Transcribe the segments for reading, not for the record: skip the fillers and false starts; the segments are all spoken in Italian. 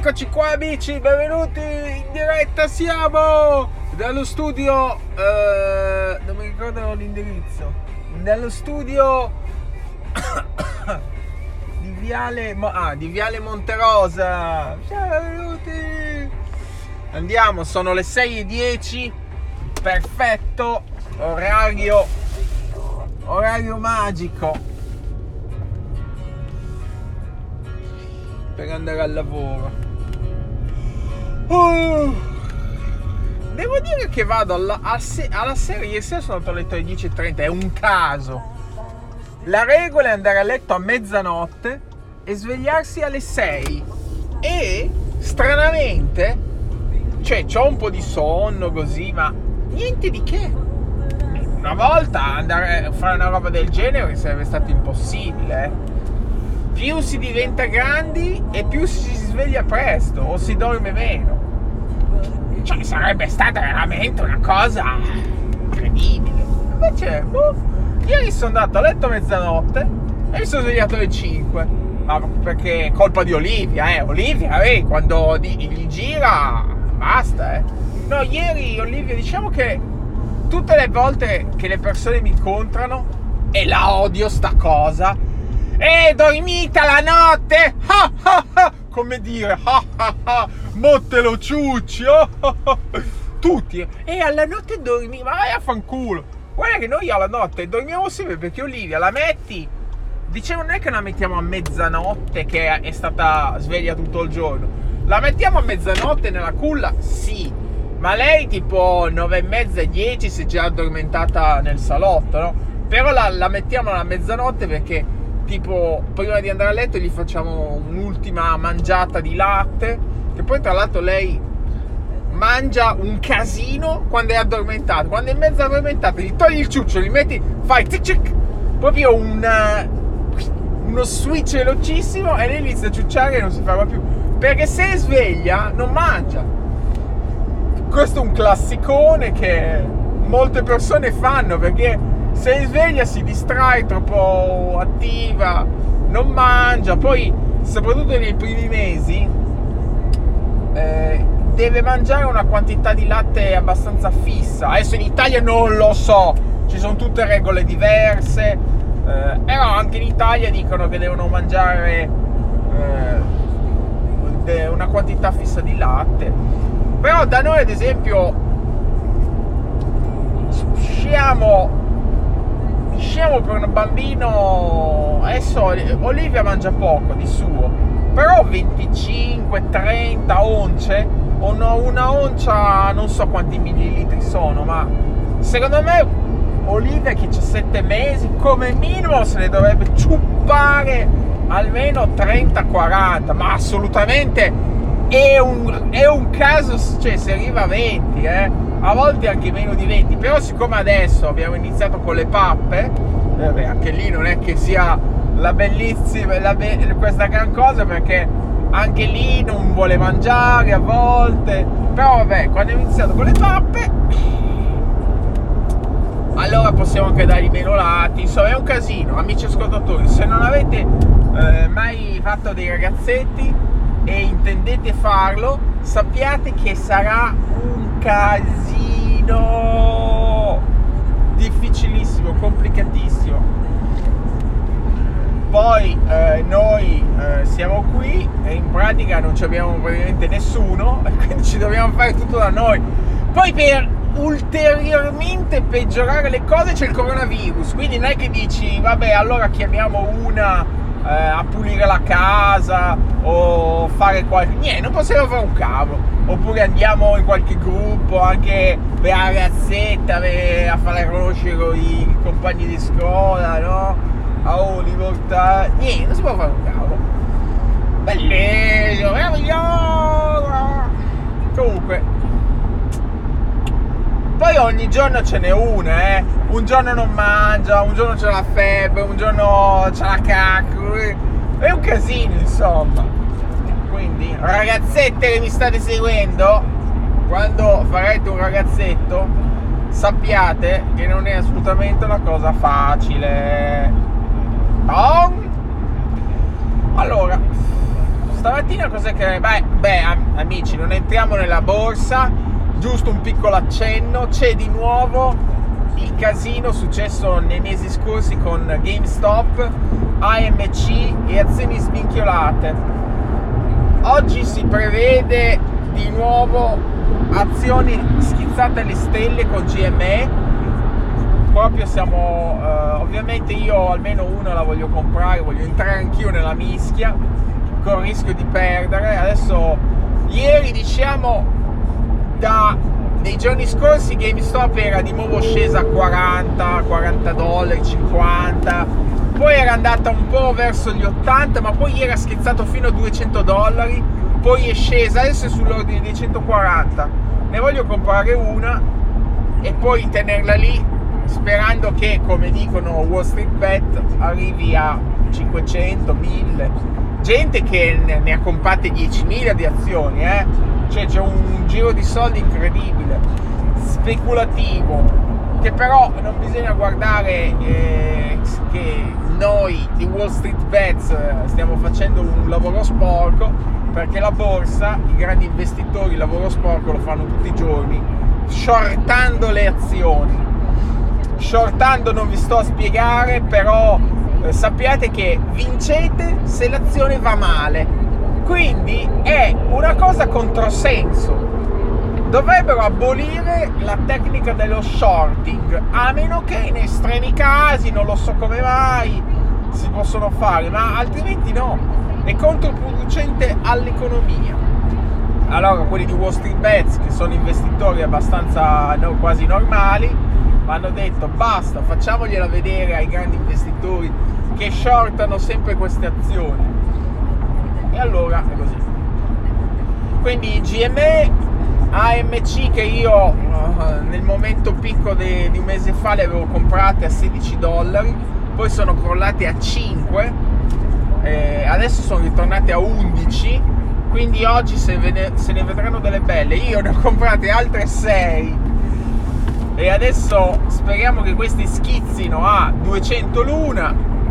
Eccoci qua amici, benvenuti in diretta, siamo dallo studio, non mi ricordo l'indirizzo, nello studio di Viale Monterosa. Ciao, benvenuti. Andiamo, sono le 6:10, perfetto, orario magico per andare al lavoro. Devo dire che vado alla sera. Ieri sera sono andato a letto alle 10:30, è un caso. La regola è andare a letto a mezzanotte e svegliarsi alle 6. E stranamente, cioè, c'ho un po' di sonno così, ma niente di che. Una volta andare a fare una roba del genere sarebbe stato impossibile, Più si diventa grandi e più si sveglia presto o si dorme meno. Cioè, sarebbe stata veramente una cosa incredibile. Invece, ieri sono andato a letto a mezzanotte e mi sono svegliato alle 5. Ma perché è colpa di Olivia, Olivia, quando gli gira, basta, No, ieri Olivia, diciamo che tutte le volte che le persone mi incontrano, e la odio sta cosa, dormita la notte, come dire, mo te lo ciucci, tutti, e alla notte dormi, ma vai a fanculo. Guarda che noi alla notte dormiamo sempre, perché Olivia la metti, dicevo, non è che la mettiamo a mezzanotte che è stata sveglia tutto il giorno, la mettiamo a mezzanotte nella culla, sì, ma lei tipo 9:30, 10 si è già addormentata nel salotto, no? Però la mettiamo alla mezzanotte perché tipo prima di andare a letto gli facciamo un'ultima mangiata di latte, che poi tra l'altro lei mangia un casino quando è addormentata. Quando è mezza addormentata gli togli il ciuccio, gli metti, fai tic, proprio uno switch velocissimo, e lei inizia a ciucciare e non si ferma più, perché se è sveglia non mangia. Questo è un classicone che molte persone fanno, perché se è sveglia si distrae, troppo attiva, non mangia. Poi, soprattutto nei primi mesi, deve mangiare una quantità di latte abbastanza fissa. Adesso in Italia non lo so, ci sono tutte regole diverse, però anche in Italia dicono che devono mangiare una quantità fissa di latte. Però da noi, ad esempio, usciamo per un bambino. Adesso Olivia mangia poco di suo, però 25-30 once, o no, una oncia non so quanti millilitri sono, ma secondo me Olivia, che c'ha 7 mesi, come minimo se ne dovrebbe ciuppare almeno 30-40, ma assolutamente è un caso, cioè se arriva a 20, a volte anche meno di 20. Però siccome adesso abbiamo iniziato con le pappe, anche lì non è che sia la bellissima questa gran cosa, perché anche lì non vuole mangiare a volte. Però vabbè, quando abbiamo iniziato con le pappe, allora possiamo anche dargli meno latte. Insomma, è un casino, amici ascoltatori. Se non avete mai fatto dei ragazzetti e intendete farlo, sappiate che sarà un casino difficilissimo, complicatissimo. Poi noi siamo qui e in pratica non ci abbiamo praticamente nessuno, quindi ci dobbiamo fare tutto da noi. Poi, per ulteriormente peggiorare le cose, c'è il coronavirus, quindi non è che dici vabbè, allora chiamiamo una a pulire la casa o fare niente, non possiamo fare un cavolo. Oppure andiamo in qualche gruppo anche per la ragazzetta, a fare conoscere i compagni di scuola, no? Niente, non si può fare un cavolo. Bellissimo, meraviglioso. Comunque, poi ogni giorno ce n'è una, un giorno non mangia, un giorno c'è la febbre, un giorno c'è la cacca, è un casino, insomma. Quindi, ragazzette che mi state seguendo, quando farete un ragazzetto, sappiate che non è assolutamente una cosa facile. Allora, Stamattina cos'è che... Beh, amici, non entriamo nella borsa, giusto un piccolo accenno. C'è di nuovo il casino successo nei mesi scorsi con GameStop, AMC e azioni sminchiolate. Oggi si prevede di nuovo azioni schizzate alle stelle con GME. Proprio siamo... ovviamente io almeno una la voglio comprare, voglio entrare anch'io nella mischia, con il rischio di perdere. Adesso, ieri diciamo, dei giorni scorsi GameStop era di nuovo scesa a 40 dollari, 50, poi era andata un po' verso gli 80, ma poi era schizzato fino a 200 dollari, poi è scesa, adesso è sull'ordine dei 140. Ne voglio comprare una e poi tenerla lì, sperando che, come dicono Wall Street Bet, arrivi a 500, 1000. Gente che ne ha comprate 10.000 di azioni, cioè c'è un giro di soldi incredibile, speculativo, che però non bisogna guardare che noi di Wall Street Bets stiamo facendo un lavoro sporco, perché la borsa, i grandi investitori, il lavoro sporco lo fanno tutti i giorni, shortando le azioni. Shortando non vi sto a spiegare, però sappiate che vincete se l'azione va male, quindi è una cosa controsenso. Dovrebbero abolire la tecnica dello shorting, a meno che in estremi casi, non lo so come mai si possono fare, ma altrimenti no, è controproducente all'economia. Allora quelli di Wall Street Bets, che sono investitori abbastanza quasi normali, hanno detto basta, facciamogliela vedere ai grandi investitori che shortano sempre queste azioni, e allora è così. Quindi GME, AMC, che io nel momento picco di un mese fa le avevo comprate a 16 dollari, poi sono crollate a 5, adesso sono ritornate a 11, quindi oggi se ne vedranno delle belle. Io ne ho comprate altre 6 e adesso speriamo che questi schizzino a 200 l'una.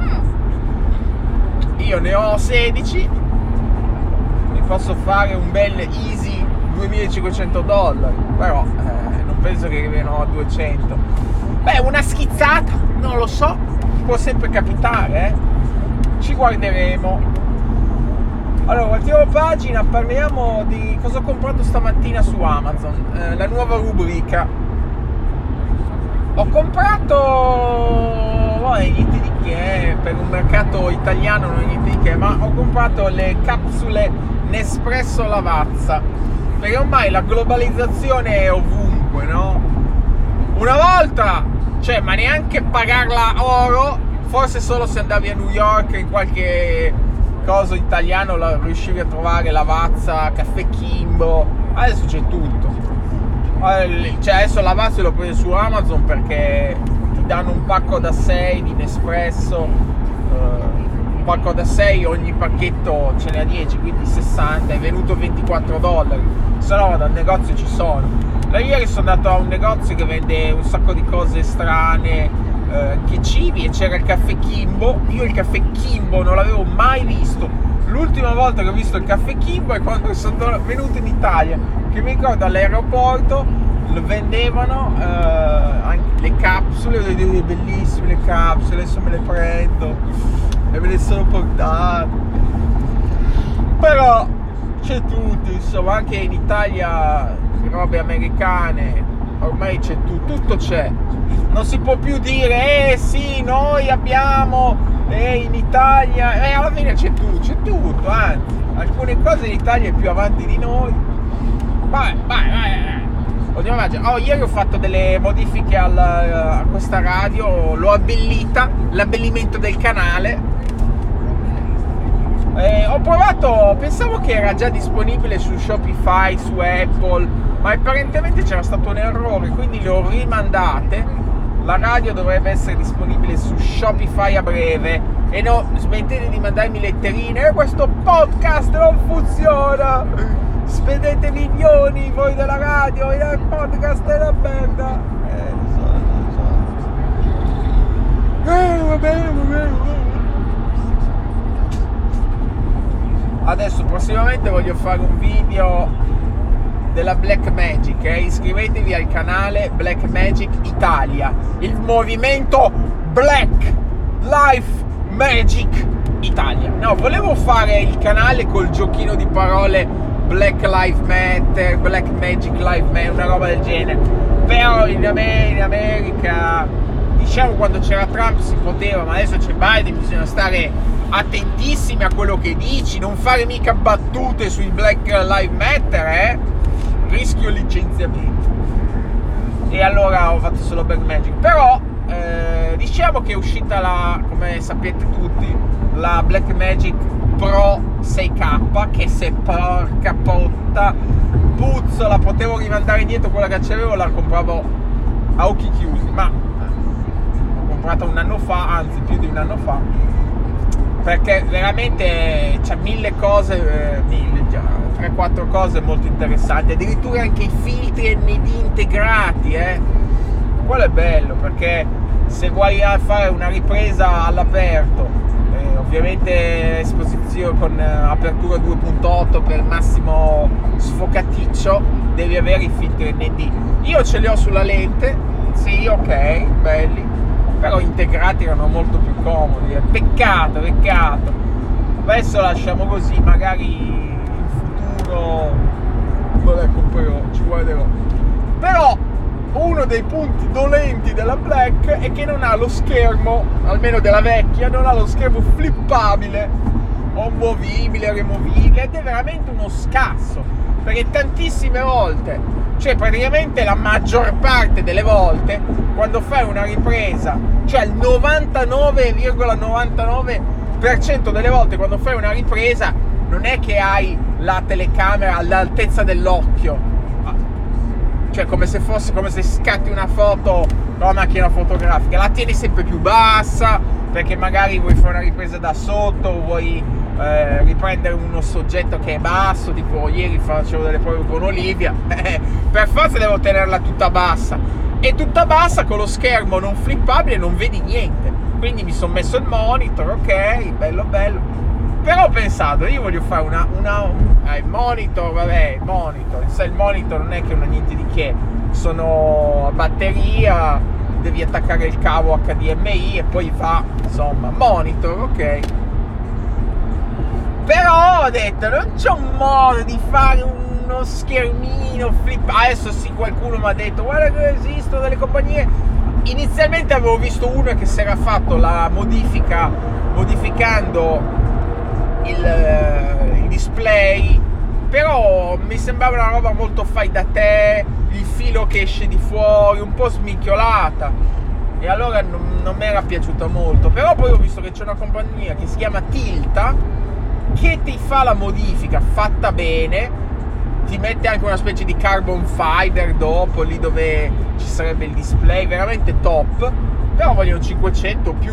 Io ne ho 16, mi posso fare un bel easy 2500 dollari, però non penso che arrivino a 200. Beh, una schizzata, non lo so, può sempre capitare, ci guarderemo. Allora, voltiamo pagina, parliamo di cosa ho comprato stamattina su Amazon, la nuova rubrica. Ho comprato, niente di che, per un mercato italiano non è niente di che, ma ho comprato le capsule Nespresso Lavazza, perché ormai la globalizzazione è ovunque, no? Una volta, cioè, ma neanche pagarla oro, forse solo se andavi a New York in qualche coso italiano riuscivi a trovare Lavazza, Caffè Kimbo, adesso c'è tutto. Cioè adesso Lavazza l'ho preso su Amazon perché ti danno un pacco da 6 di Nespresso, un pacco da 6, ogni pacchetto ce n'è a 10, quindi 60, è venuto 24 dollari, se no dal negozio ci sono. Ieri sono andato a un negozio che vende un sacco di cose strane, che cibi, e c'era il Caffè Kimbo. Io il Caffè Kimbo non l'avevo mai visto. L'ultima volta che ho visto il Caffè Kimbo è quando sono venuto in Italia, che mi ricordo all'aeroporto lo vendevano, anche le capsule, bellissime le capsule, adesso me le prendo e me le sono portate. Però c'è tutto, insomma, anche in Italia robe americane, ormai c'è tutto c'è. Non si può più dire sì, noi abbiamo in Italia, alla fine c'è tutto, anzi alcune cose in Italia è più avanti di noi. Vai. Ieri ho fatto delle modifiche a questa radio, l'ho abbellita, l'abbellimento del canale. Ho provato, pensavo che era già disponibile su Shopify, su Apple, ma apparentemente c'era stato un errore, quindi le ho rimandate. La radio dovrebbe essere disponibile su Shopify a breve. E no, smettete di mandarmi letterine, questo podcast non funziona, spendete milioni voi della radio, il podcast è una merda. Va bene. adesso prossimamente voglio fare un video della Blackmagic, iscrivetevi al canale Blackmagic Italia, il movimento Black Life Magic Italia. No, volevo fare il canale col giochino di parole Black Lives Matter, Black Magic Life Matter, una roba del genere, però in America, diciamo, quando c'era Trump si poteva, ma adesso c'è Biden, bisogna stare attentissimi a quello che dici, non fare mica battute sui Black Lives Matter, rischio licenziamento. E allora ho fatto solo Blackmagic. Però diciamo che è uscita come sapete tutti, la Blackmagic Pro 6K, che se porca potta puzzola, potevo rimandare indietro quella che c'avevo, la compravo a occhi chiusi, ma l'ho comprata un anno fa, anzi più di un anno fa, perché veramente c'ha 3-4 cose molto interessanti, addirittura anche i filtri ND integrati, quello è bello, perché se vuoi fare una ripresa all'aperto, ovviamente esposizione con apertura 2.8 per il massimo sfocaticcio, devi avere i filtri ND. Io ce li ho sulla lente, sì, ok, belli, però integrati erano molto più comodi, peccato. Adesso lasciamo così, magari in futuro comprerò, ci guarderò. Però uno dei punti dolenti della Black è che non ha lo schermo, almeno della vecchia, non ha lo schermo flippabile o movibile, removibile, ed è veramente uno scasso, perché tantissime volte, cioè praticamente la maggior parte delle volte, quando fai una ripresa, cioè il 99,99% delle volte quando fai una ripresa, non è che hai la telecamera all'altezza dell'occhio, cioè come se scatti una foto con la macchina fotografica, la tieni sempre più bassa, perché magari vuoi fare una ripresa da sotto, o vuoi riprendere uno soggetto che è basso, tipo ieri facevo delle prove con Olivia, per forza devo tenerla tutta bassa, e tutta bassa con lo schermo non flippabile non vedi niente, quindi mi sono messo il monitor, ok, bello, però ho pensato, io voglio fare il monitor, vabbè, il monitor non è che una niente di che, sono a batteria, devi attaccare il cavo HDMI e poi va, insomma, monitor, ok. Però ho detto, non c'è un modo di fare uno schermino flip. Adesso sì, qualcuno mi ha detto, guarda che esistono delle compagnie. Inizialmente avevo visto uno che si era fatto la modificando il display, però mi sembrava una roba molto fai da te, il filo che esce di fuori, un po' sminchiolata, e allora non mi era piaciuta molto. Però poi ho visto che c'è una compagnia che si chiama Tilta, che ti fa la modifica fatta bene, ti mette anche una specie di carbon fiber dopo, lì dove ci sarebbe il display, veramente top. Però vogliono $500 più.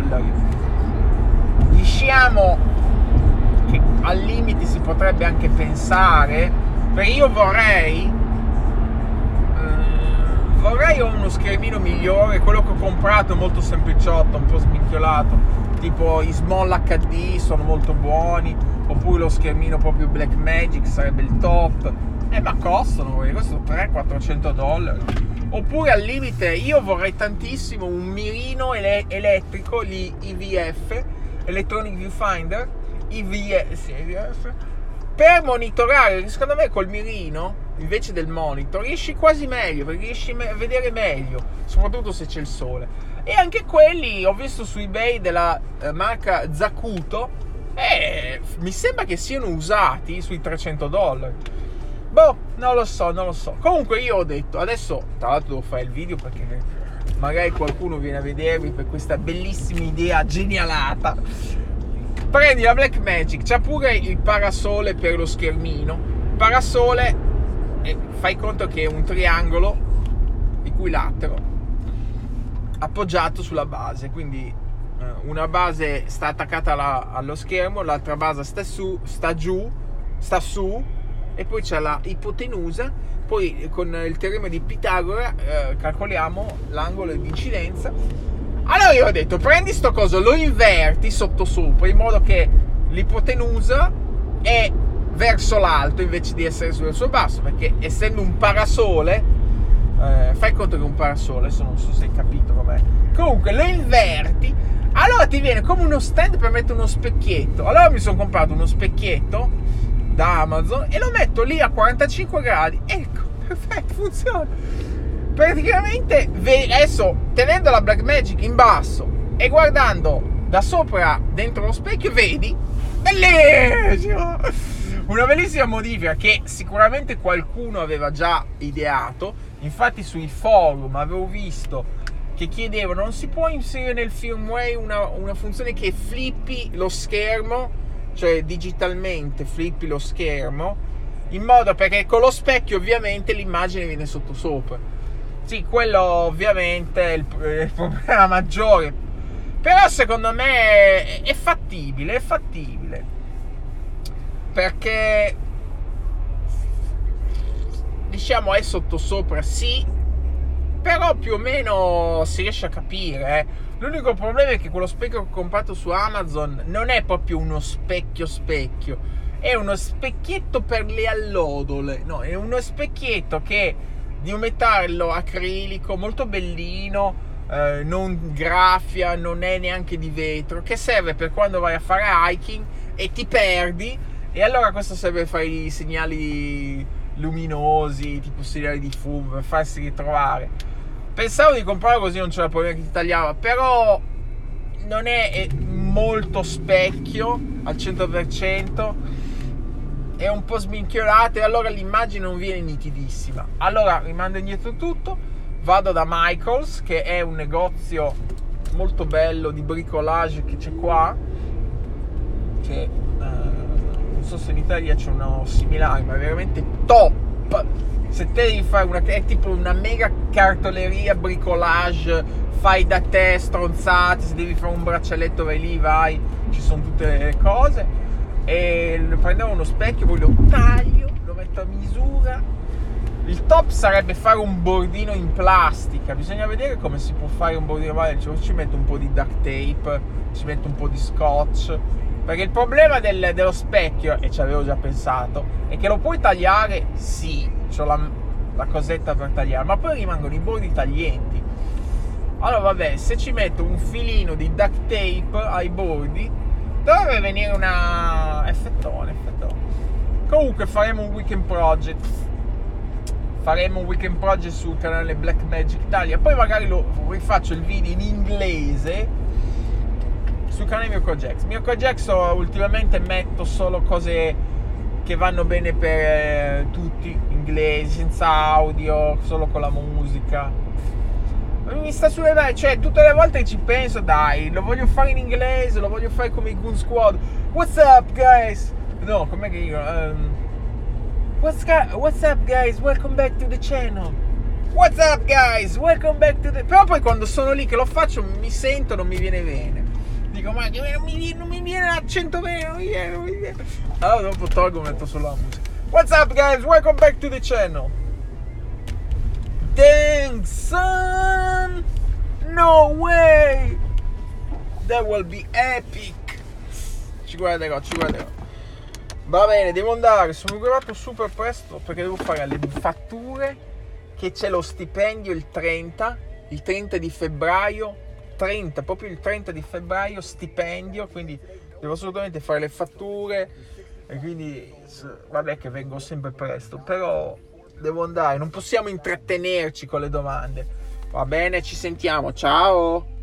Diciamo che al limite si potrebbe anche pensare, perché io vorrei uno schermino migliore. Quello che ho comprato è molto sempliciotto, un po' sminchiolato, tipo i Small HD sono molto buoni, oppure lo schermino proprio Blackmagic sarebbe il top, ma costano $300-400. Oppure al limite io vorrei tantissimo un mirino elettrico, gli IVF, Electronic Viewfinder, IVF, per monitorare. Secondo me col mirino, invece del monitor, riesci quasi meglio, perché riesci a vedere meglio, soprattutto se c'è il sole. E anche quelli ho visto su eBay della marca Zacuto, mi sembra che siano usati sui $300. Boh, non lo so. Comunque io ho detto, adesso tra l'altro devo fare il video perché magari qualcuno viene a vedermi per questa bellissima idea genialata. Prendi la Blackmagic, c'ha pure il parasole per lo schermino, parasole, e fai conto che è un triangolo equilatero appoggiato sulla base, quindi una base sta attaccata allo schermo, l'altra base sta su, e poi c'è la ipotenusa. Poi con il teorema di Pitagora calcoliamo l'angolo di incidenza. Allora io ho detto, prendi sto coso, lo inverti sotto sopra, in modo che l'ipotenusa è verso l'alto invece di essere verso il basso, perché essendo un parasole, fai conto che è un parasole, adesso non so se hai capito com'è, comunque lo inverti, allora ti viene come uno stand per mettere uno specchietto. Allora mi sono comprato uno specchietto da Amazon e lo metto lì a 45 gradi, ecco, perfetto, funziona. Praticamente adesso, tenendo la Blackmagic in basso e guardando da sopra dentro lo specchio, vedi, bellissimo, una bellissima modifica che sicuramente qualcuno aveva già ideato. Infatti sui forum avevo visto che chiedevano: non si può inserire nel firmware una funzione che flippi lo schermo, cioè digitalmente flippi lo schermo, in modo, perché con lo specchio ovviamente l'immagine viene sottosopra. Sì, quello ovviamente è il problema maggiore, però secondo me è fattibile, perché diciamo è sottosopra, sì, però più o meno si riesce a capire. L'unico problema è che quello specchio che ho comprato su Amazon non è proprio uno specchio, è uno specchietto per le allodole, no, è uno specchietto che di un metallo acrilico molto bellino, non graffia, non è neanche di vetro, che serve per quando vai a fare hiking e ti perdi, e allora questo serve per fare i segnali luminosi, tipo segnali di fumo, per farsi ritrovare. Pensavo di comprarlo così non c'era problema che ti tagliava, però non è molto specchio al 100%, è un po' sminchiolato e allora l'immagine non viene nitidissima. Allora rimando indietro tutto, vado da Michaels, che è un negozio molto bello di bricolage che c'è qua, che non so se in Italia c'è uno similare, ma è veramente top. Se te devi fare è tipo una mega cartoleria bricolage, fai da te stronzate, se devi fare un braccialetto vai lì, vai, ci sono tutte le cose. E prendevo uno specchio, poi lo taglio, lo metto a misura. Il top sarebbe fare un bordino in plastica, bisogna vedere come si può fare un bordino, ci metto un po' di duct tape, ci metto un po' di scotch, perché il problema dello specchio, e ci avevo già pensato, è che lo puoi tagliare, sì, c'ho la cosetta per tagliare, ma poi rimangono i bordi taglienti. Allora vabbè, se ci metto un filino di duct tape ai bordi dovrebbe venire una effettone. Comunque faremo un weekend project sul canale Blackmagic Italia, poi magari lo rifaccio il video in inglese sul canale Mirko Jax. Ultimamente metto solo cose che vanno bene per tutti, inglesi, senza audio, solo con la musica. Mi sta sulle mani, cioè tutte le volte che ci penso, dai, lo voglio fare in inglese, lo voglio fare come i Goon Squad. What's up guys? No, com'è che io? What's up guys? Welcome back to the channel. What's up guys? Welcome back to the... Però poi quando sono lì che lo faccio mi sento, non mi viene bene. Dico, ma non mi viene l'accento bene, non mi viene. Allora dopo tolgo, metto solo la musica. What's up guys? Welcome back to the channel. Dang son, no way, that will be epic. Ci guarderò. Va bene, devo andare, sono arrivato super presto perché devo fare le fatture, che c'è lo stipendio il 30 di febbraio, proprio il 30 di febbraio stipendio, quindi devo assolutamente fare le fatture, e quindi vabbè che vengo sempre presto, però devo andare, non possiamo intrattenerci con le domande. Va bene, ci sentiamo, ciao!